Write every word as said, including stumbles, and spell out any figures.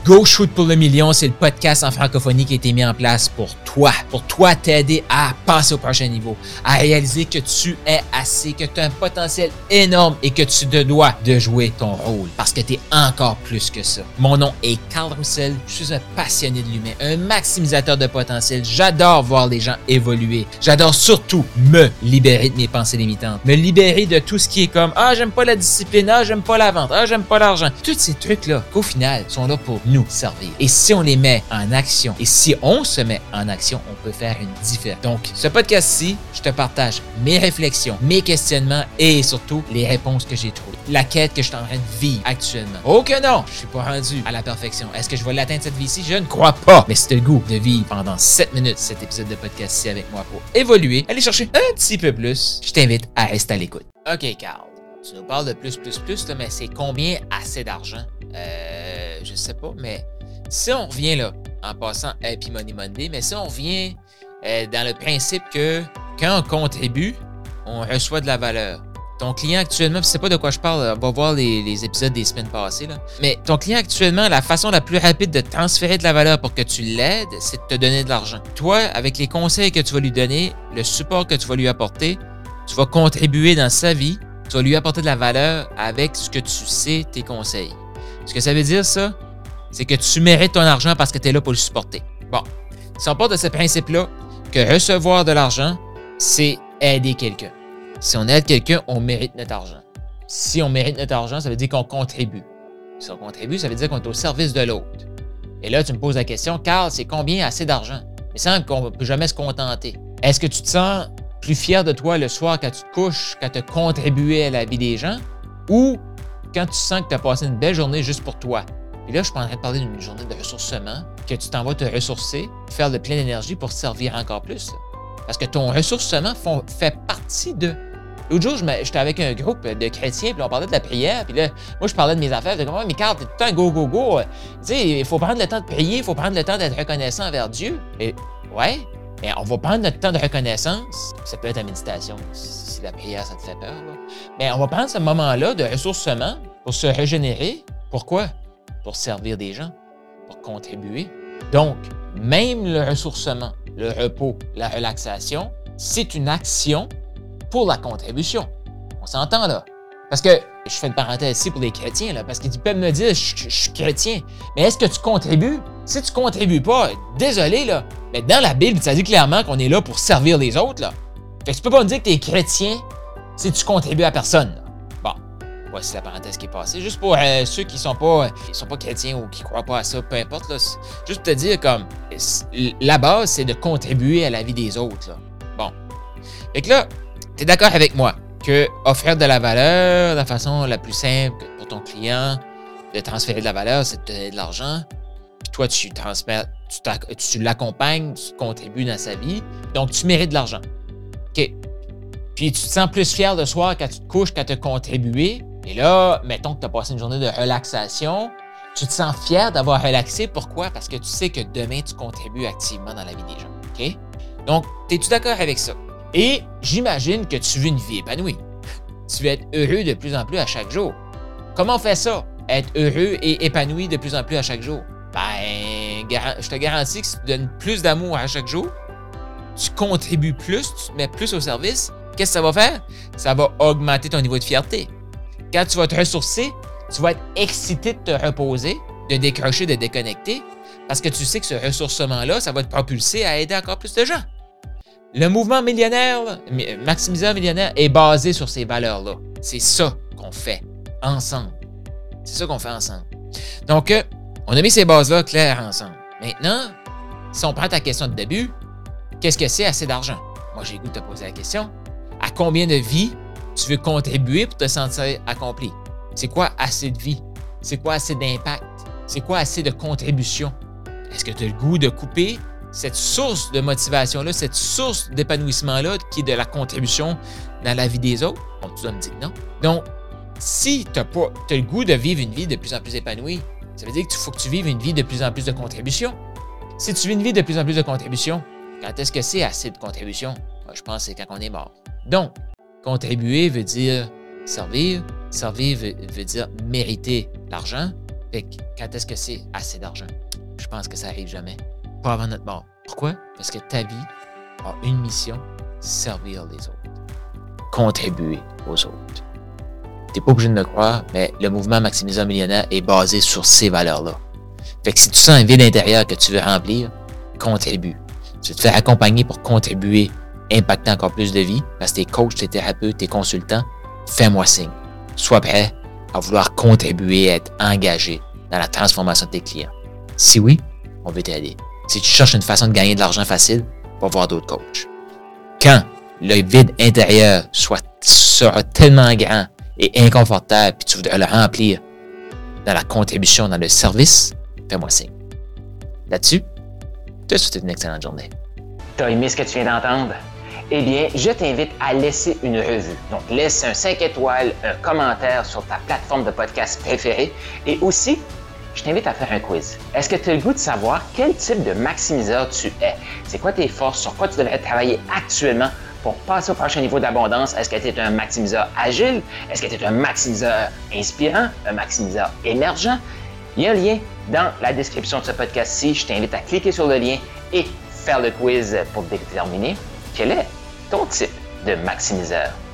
Go Shoot pour le million, c'est le podcast en francophonie qui a été mis en place pour toi, pour toi t'aider à passer au prochain niveau, à réaliser que tu es assez, que tu as un potentiel énorme et que tu te dois de jouer ton rôle parce que tu es encore plus que ça. Mon nom est Carl Roussel, je suis un passionné de l'humain, un maximisateur de potentiel. J'adore voir les gens évoluer. J'adore surtout me libérer de mes pensées limitantes, me libérer de tout ce qui est comme « Ah, j'aime pas la discipline, ah, j'aime pas la vente, ah, j'aime pas l'argent ». Tous ces trucs-là qu'au final sont là pour nous servir. Et si on les met en action, et si on se met en action, on peut faire une différence. Donc, ce podcast-ci, je te partage mes réflexions, mes questionnements et surtout les réponses que j'ai trouvées. La quête que je suis en train de vivre actuellement. Oh que non! Je suis pas rendu à la perfection. Est-ce que je vais l'atteindre cette vie-ci? Je ne crois pas. Mais c'est le goût de vivre pendant sept minutes cet épisode de podcast-ci avec moi pour évoluer, aller chercher un petit peu plus. Je t'invite à rester à l'écoute. OK, Carl. Tu nous parles de plus, plus, plus, là, mais c'est combien assez d'argent? Euh, je sais pas, mais si on revient là, en passant Happy Money Monday, mais si on revient euh, dans le principe que quand on contribue, on reçoit de la valeur. Ton client actuellement, je sais pas de quoi je parle, on va voir les, les épisodes des semaines passées, là. Mais ton client actuellement, la façon la plus rapide de transférer de la valeur pour que tu l'aides, c'est de te donner de l'argent. Toi, avec les conseils que tu vas lui donner, le support que tu vas lui apporter, tu vas contribuer dans sa vie. Tu vas lui apporter de la valeur avec ce que tu sais, tes conseils. Ce que ça veut dire, ça, c'est que tu mérites ton argent parce que tu es là pour le supporter. Bon, si on part de ce principe-là, que recevoir de l'argent, c'est aider quelqu'un. Si on aide quelqu'un, on mérite notre argent. Si on mérite notre argent, ça veut dire qu'on contribue. Si on contribue, ça veut dire qu'on est au service de l'autre. Et là, tu me poses la question, Carl, c'est combien assez d'argent? Il me semble qu'on ne peut jamais se contenter. Est-ce que tu te sens plus fier de toi le soir quand tu te couches, quand tu as contribué à la vie des gens, ou quand tu sens que tu as passé une belle journée juste pour toi? Et là, je suis pas en train de parler d'une journée de ressourcement, que tu t'en vas te ressourcer, faire de plein d'énergie pour servir encore plus. Parce que ton ressourcement font, fait partie de... L'autre jour, j'étais avec un groupe de chrétiens, puis on parlait de la prière, puis là, moi, je parlais de mes affaires, de comment, mais Carl, t'es tout le temps go, go, go. Tu sais, il faut prendre le temps de prier, il faut prendre le temps d'être reconnaissant envers Dieu. Et ouais, mais on va prendre notre temps de reconnaissance. Ça peut être la méditation, si la prière, ça te fait peur, là. Mais on va prendre ce moment-là de ressourcement pour se régénérer. Pourquoi? Pour servir des gens, pour contribuer. Donc, même le ressourcement, le repos, la relaxation, c'est une action pour la contribution. On s'entend là. Parce que, je fais une parenthèse ici pour les chrétiens, là, parce qu'ils peuvent me dire, je, je, je suis chrétien, mais est-ce que tu contribues? Si tu contribues pas, désolé, là, mais dans la Bible, ça dit clairement qu'on est là pour servir les autres, là. Fait que tu peux pas me dire que tu es chrétien si tu contribues à personne, là. Bon, voici la parenthèse qui est passée. Juste pour euh, ceux qui sont pas, qui sont pas chrétiens ou qui croient pas à ça, peu importe, là, juste te dire comme, la base, c'est de contribuer à la vie des autres, là. Bon. Fait que là, tu es d'accord avec moi que offrir de la valeur de la façon la plus simple pour ton client, de transférer de la valeur, c'est de te donner de l'argent. Puis toi, tu transfères, tu, tu l'accompagnes, tu contribues dans sa vie. Donc, tu mérites de l'argent. OK. Puis, tu te sens plus fier le soir quand tu te couches, quand tu as contribué. Et là, mettons que tu as passé une journée de relaxation. Tu te sens fier d'avoir relaxé. Pourquoi? Parce que tu sais que demain, tu contribues activement dans la vie des gens. OK? Donc, es-tu d'accord avec ça? Et j'imagine que tu veux une vie épanouie. Tu veux être heureux de plus en plus à chaque jour. Comment on fait ça? Être heureux et épanoui de plus en plus à chaque jour? Ben, je te garantis que si tu donnes plus d'amour à chaque jour, tu contribues plus, tu te mets plus au service, qu'est-ce que ça va faire? Ça va augmenter ton niveau de fierté. Quand tu vas te ressourcer, tu vas être excité de te reposer, de décrocher, de déconnecter, parce que tu sais que ce ressourcement-là, ça va te propulser à aider encore plus de gens. Le mouvement millionnaire, là, maximiseur millionnaire, est basé sur ces valeurs-là. C'est ça qu'on fait ensemble. C'est ça qu'on fait ensemble. Donc, euh, on a mis ces bases-là claires ensemble. Maintenant, si on prend ta question de début, qu'est-ce que c'est assez d'argent? Moi, j'ai le goût de te poser la question. À combien de vies tu veux contribuer pour te sentir accompli? C'est quoi assez de vie? C'est quoi assez d'impact? C'est quoi assez de contribution? Est-ce que tu as le goût de couper cette source de motivation-là, cette source d'épanouissement-là qui est de la contribution dans la vie des autres? Bon, tu dois me dire non. Donc, si tu as, pas, tu as le goût de vivre une vie de plus en plus épanouie, ça veut dire qu'il faut que tu vives une vie de plus en plus de contribution. Si tu vis une vie de plus en plus de contribution, quand est-ce que c'est assez de contribution? Moi, je pense que c'est quand on est mort. Donc, contribuer veut dire servir. Servir veut, veut dire mériter l'argent. Fait que quand est-ce que c'est assez d'argent? Je pense que ça arrive jamais. Pas avant notre mort. Pourquoi? Parce que ta vie a une mission, servir les autres. Contribuer aux autres. T'es pas obligé de me croire, mais le mouvement Maximiseur Millionnaire est basé sur ces valeurs-là. Fait que si tu sens un vide intérieur que tu veux remplir, contribue. Tu te fais accompagner pour contribuer, impacter encore plus de vie, parce que t'es coach, t'es thérapeute, t'es consultant, fais-moi signe. Sois prêt à vouloir contribuer, à être engagé dans la transformation de tes clients. Si oui, on veut t'aider. Si tu cherches une façon de gagner de l'argent facile, va voir d'autres coachs. Quand le vide intérieur soit, sera tellement grand et inconfortable, puis tu voudras le remplir dans la contribution, dans le service, fais-moi signe. Là-dessus, je te souhaite une excellente journée. T'as aimé ce que tu viens d'entendre? Eh bien, je t'invite à laisser une revue. Donc, laisse un cinq étoiles, un commentaire sur ta plateforme de podcast préférée. Et aussi, je t'invite à faire un quiz. Est-ce que tu as le goût de savoir quel type de maximiseur tu es? C'est quoi tes forces? Sur quoi tu devrais travailler actuellement pour passer au prochain niveau d'abondance? Est-ce que tu es un maximiseur agile? Est-ce que tu es un maximiseur inspirant? Un maximiseur émergent? Il y a un lien dans la description de ce podcast-ci. Je t'invite à cliquer sur le lien et faire le quiz pour déterminer quel est ton type de maximiseur.